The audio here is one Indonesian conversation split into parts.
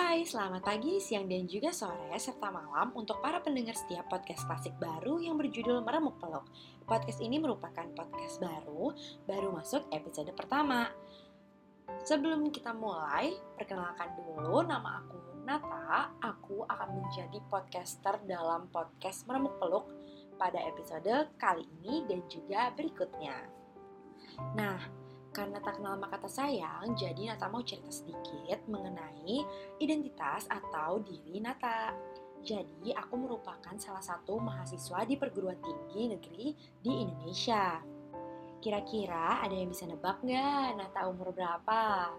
Hai, selamat pagi, siang, dan juga sore, serta malam untuk para pendengar setiap podcast klasik baru yang berjudul Meremuk Peluk. Podcast ini merupakan podcast baru masuk episode pertama. Sebelum kita mulai, perkenalkan dulu, nama aku Nata. Aku akan menjadi podcaster dalam podcast Meremuk Peluk pada episode kali ini dan juga berikutnya. Nah, karena tak kenal maka tak sayang, jadi Nata mau cerita sedikit mengenai identitas atau diri Nata. Jadi, aku merupakan salah satu mahasiswa di perguruan tinggi negeri di Indonesia. Kira-kira ada yang bisa nebak nggak Nata umur berapa?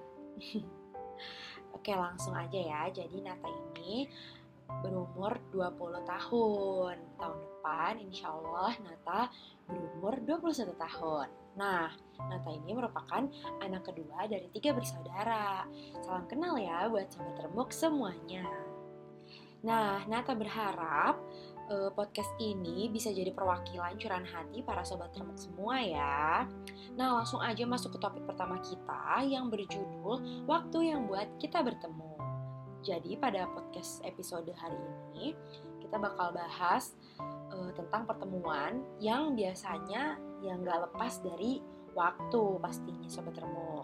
Oke, langsung aja ya. Jadi Nata ini berumur 20 tahun. Tahun depan insya Allah Nata berumur 21 tahun. Nah, Nata ini merupakan anak kedua dari 3 bersaudara. Salam kenal ya buat sobat remuk semuanya. Nah, Nata berharap podcast ini bisa jadi perwakilan curahan hati para sobat remuk semua ya. Nah, langsung aja masuk ke topik pertama kita yang berjudul Waktu yang Buat Kita Bertemu. Jadi pada podcast episode hari ini kita bakal bahas tentang pertemuan yang biasanya yang gak lepas dari waktu pastinya sobat remuk.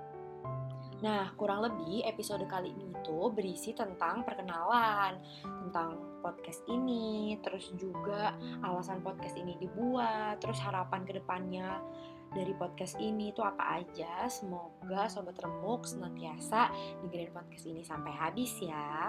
Nah, kurang lebih episode kali ini itu berisi tentang perkenalan, tentang podcast ini, terus juga alasan podcast ini dibuat, terus harapan kedepannya dari podcast ini itu apa aja. Semoga sobat remuk senantiasa dengerin podcast ini sampai habis ya.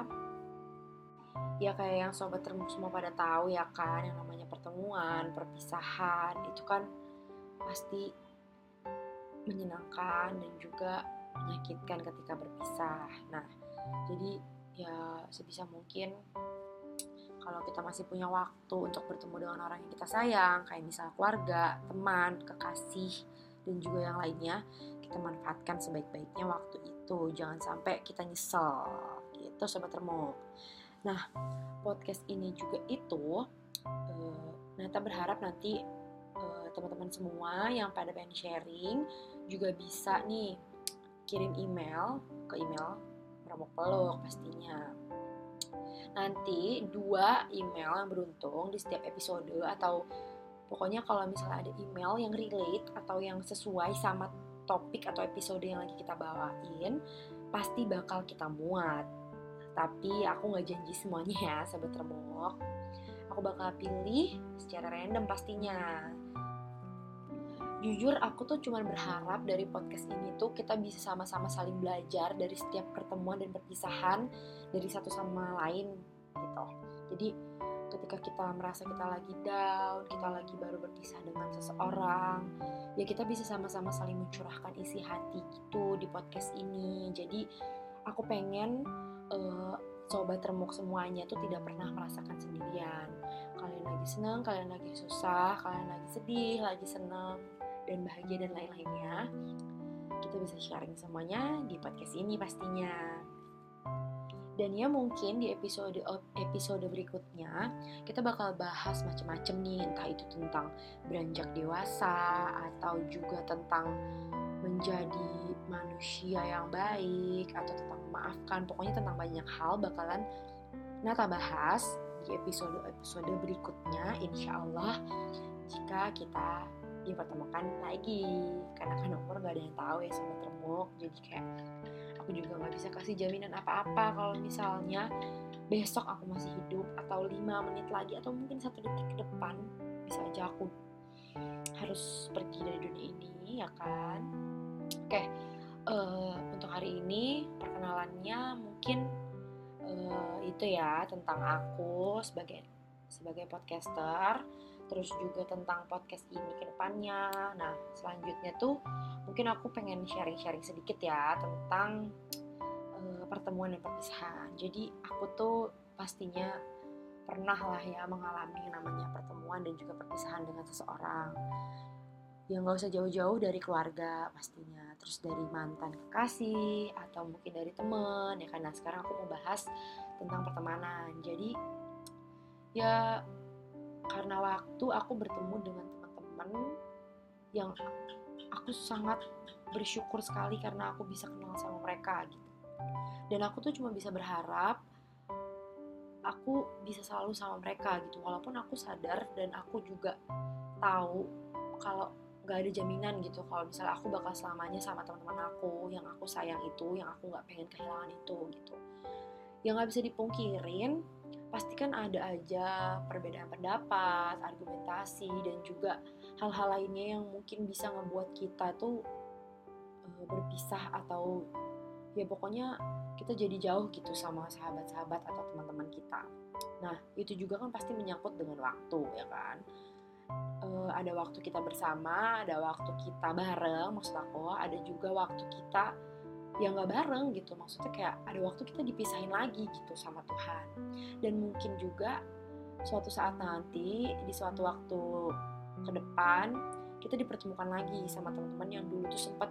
Ya kayak yang sobat remuk semua pada tahu ya kan, yang namanya pertemuan, perpisahan itu kan pasti menyenangkan dan juga menyakitkan ketika berpisah. Nah, jadi ya sebisa mungkin kalau kita masih punya waktu untuk bertemu dengan orang yang kita sayang, kayak misalnya keluarga, teman, kekasih, dan juga yang lainnya, kita manfaatkan sebaik-baiknya waktu itu. Jangan sampai kita nyesel, gitu sobat remuk. Nah, podcast ini juga itu, Nata berharap nanti teman-teman semua yang pada pengen sharing juga bisa nih kirim email ke email Meremuk Peluk pastinya. Nanti 2 email yang beruntung di setiap episode, atau pokoknya kalau misalnya ada email yang relate atau yang sesuai sama topik atau episode yang lagi kita bawain, pasti bakal kita muat. Tapi aku gak janji semuanya ya sobat remuk. Aku bakal pilih secara random pastinya. Jujur aku tuh cuma berharap dari podcast ini tuh kita bisa sama-sama saling belajar dari setiap pertemuan dan perpisahan dari satu sama lain gitu. Jadi ketika kita merasa kita lagi down, kita lagi baru berpisah dengan seseorang, ya kita bisa sama-sama saling mencurahkan isi hati gitu di podcast ini. Jadi aku pengen sobat remuk semuanya tuh tidak pernah merasakan sendirian. Kalian lagi senang, kalian lagi susah, kalian lagi sedih, lagi senang dan bahagia dan lain-lainnya, kita bisa sharing semuanya di podcast ini pastinya. Dan ya mungkin di episode berikutnya kita bakal bahas macam-macam nih, entah itu tentang beranjak dewasa atau juga tentang menjadi manusia yang baik atau tentang memaafkan. Pokoknya tentang banyak hal bakalan Nata bahas di episode berikutnya insya Allah, jika kita dipertemukan lagi. Karena kan umur gak ada yang tahu ya sobat remuk. Jadi kayak aku juga gak bisa kasih jaminan apa-apa kalau misalnya besok aku masih hidup, atau 5 menit lagi, atau mungkin 1 detik ke depan bisa aja aku harus pergi dari dunia ini ya kan. Oke, untuk hari ini perkenalannya mungkin itu ya, tentang aku sebagai podcaster, terus juga tentang podcast ini ke depannya. Nah, selanjutnya tuh mungkin aku pengen sharing-sharing sedikit ya tentang pertemuan dan perpisahan. Jadi aku tuh pastinya pernah lah ya mengalami yang namanya pertemuan dan juga perpisahan dengan seseorang. Yang gak usah jauh-jauh dari keluarga pastinya, terus dari mantan kekasih atau mungkin dari teman ya kan. Nah, sekarang aku mau bahas tentang pertemanan. Jadi ya karena waktu aku bertemu dengan teman-teman yang aku sangat bersyukur sekali karena aku bisa kenal sama mereka gitu. Dan aku tuh cuma bisa berharap aku bisa selalu sama mereka gitu, walaupun aku sadar dan aku juga tahu kalau nggak ada jaminan gitu kalau misalnya aku bakal selamanya sama teman-teman aku yang aku sayang itu, yang aku nggak pengen kehilangan itu gitu. Yang nggak bisa dipungkirin, pasti kan ada aja perbedaan pendapat, argumentasi, dan juga hal-hal lainnya yang mungkin bisa ngebuat kita tuh berpisah atau ya pokoknya kita jadi jauh gitu sama sahabat-sahabat atau teman-teman kita. Nah itu juga kan pasti menyangkut dengan waktu ya kan. Ada waktu kita bersama, ada waktu kita bareng maksud aku, ada juga waktu kita yang nggak bareng gitu, maksudnya kayak ada waktu kita dipisahin lagi gitu sama Tuhan. Dan mungkin juga suatu saat nanti di suatu waktu ke depan kita dipertemukan lagi sama teman-teman yang dulu tuh sempat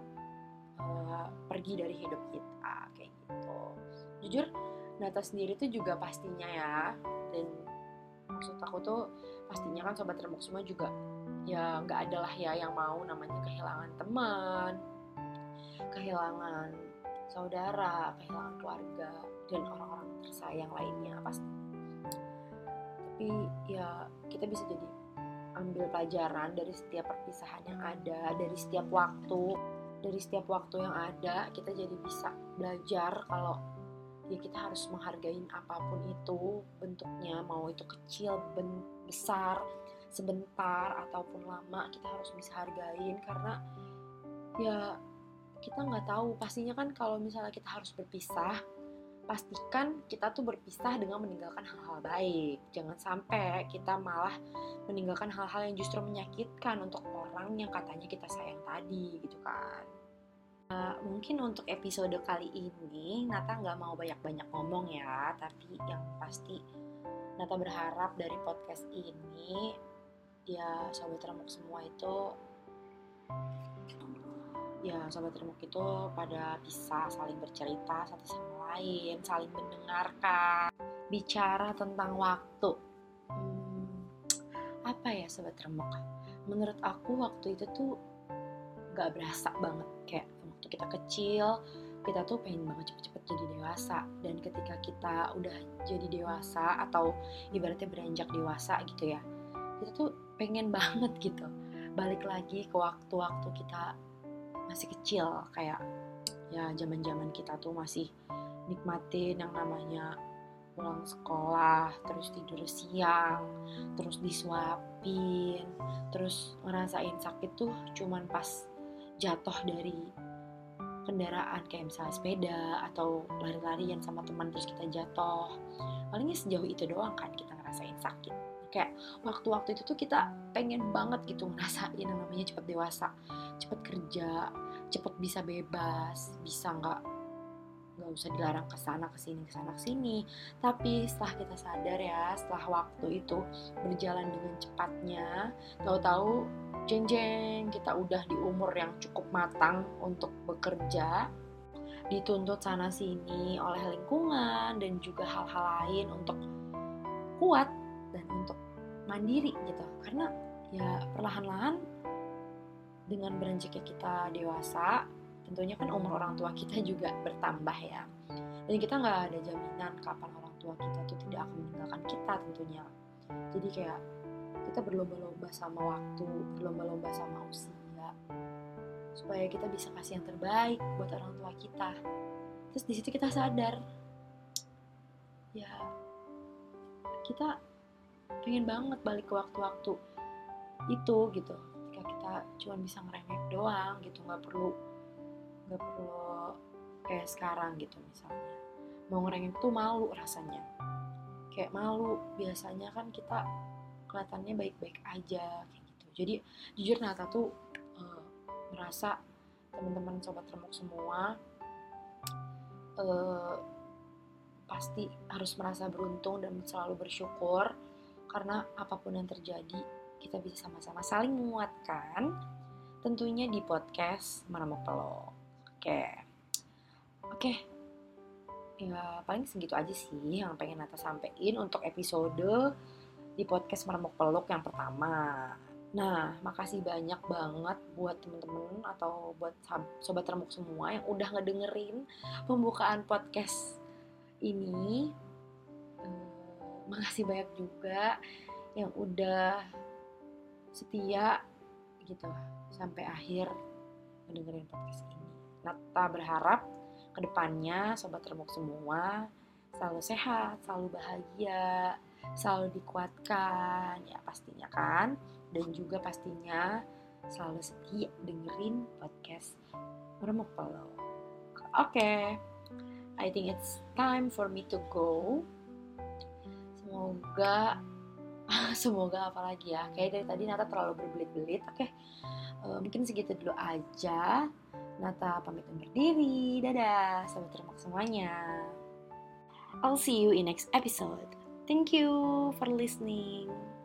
pergi dari hidup kita kayak gitu. Jujur Nata sendiri tuh juga pastinya ya, dan maksud aku tuh pastinya kan sobat remuk semua juga ya nggak adalah ya yang mau namanya kehilangan teman, kehilangan saudara, kehilangan keluarga dan orang-orang tersayang lainnya pasti. Tapi ya kita bisa jadi ambil pelajaran dari setiap perpisahan yang ada, dari setiap waktu yang ada kita jadi bisa belajar kalau ya kita harus menghargai apapun itu bentuknya, mau itu kecil, besar, sebentar ataupun lama, kita harus bisa hargain karena ya kita nggak tahu pastinya kan kalau misalnya kita harus berpisah, pastikan kita tuh berpisah dengan meninggalkan hal-hal baik. Jangan sampai kita malah meninggalkan hal-hal yang justru menyakitkan untuk orang yang katanya kita sayang tadi gitu kan. Mungkin untuk episode kali ini Nata nggak mau banyak-banyak ngomong ya, tapi yang pasti Nata berharap dari podcast ini ya sobat remuk semua itu pada bisa saling bercerita satu sama lain, saling mendengarkan, bicara tentang waktu. Apa ya sobat remuk? Menurut aku waktu itu tuh gak berasa banget, kayak waktu kita kecil kita tuh pengen banget cepet-cepet jadi dewasa, dan ketika kita udah jadi dewasa atau ibaratnya beranjak dewasa gitu ya, kita tuh pengen banget gitu balik lagi ke waktu-waktu kita masih kecil, kayak ya zaman-zaman kita tuh masih nikmatin yang namanya pulang sekolah, terus tidur siang, terus disuapin, terus ngerasain sakit tuh cuman pas jatuh dari kendaraan kayak misalnya sepeda atau lari-larian sama teman terus kita jatuh. Palingnya sejauh itu doang kan kita ngerasain sakit. Kayak waktu-waktu itu tuh kita pengen banget gitu ngerasain yang namanya cepet dewasa, cepet kerja, cepet bisa bebas, bisa nggak usah dilarang kesana kesini. Tapi setelah kita sadar ya, setelah waktu itu berjalan dengan cepatnya, tahu-tahu jeng kita udah di umur yang cukup matang untuk bekerja, dituntut sana sini oleh lingkungan dan juga hal-hal lain untuk kuat dan untuk mandiri gitu. Karena ya perlahan-lahan dengan beranjaknya kita dewasa, tentunya kan umur orang tua kita juga bertambah ya. Dan kita nggak ada jaminan kapan orang tua kita tuh tidak akan meninggalkan kita tentunya. Jadi kayak kita berlomba-lomba sama waktu, berlomba-lomba sama usia, supaya kita bisa kasih yang terbaik buat orang tua kita. Terus di situ kita sadar, ya kita pengen banget balik ke waktu-waktu itu gitu. Ketika kita cuma bisa ngerengek doang gitu, nggak perlu kayak sekarang gitu misalnya. Mau ngerengek tuh malu rasanya. Kayak malu, biasanya kan kita kelihatannya baik-baik aja kayak gitu. Jadi jujur Nata tuh merasa teman-teman sobat remuk semua pasti harus merasa beruntung dan selalu bersyukur karena apapun yang terjadi kita bisa sama-sama saling menguatkan, tentunya di podcast Meremuk Peluk. Oke. Ya paling segitu aja sih yang pengen Nata sampein untuk episode di podcast Meremuk Peluk yang pertama. Nah, makasih banyak banget buat temen-temen atau buat sobat remuk semua yang udah ngedengerin pembukaan podcast ini. Makasih banyak juga yang udah setia gitu sampai akhir ngedengerin podcast ini. Nata berharap kedepannya sobat remuk semua selalu sehat, selalu bahagia, selalu dikuatkan ya pastinya kan, dan juga pastinya selalu setia dengerin podcast Remuk Peluk. Oke, I think it's time for me to go. Semoga apalagi ya, kayak dari tadi Nata terlalu berbelit-belit. Oke, mungkin segitu dulu aja. Nata pamit undur diri. Dadah, sahabat remuk semuanya. I'll see you in next episode. Thank you for listening.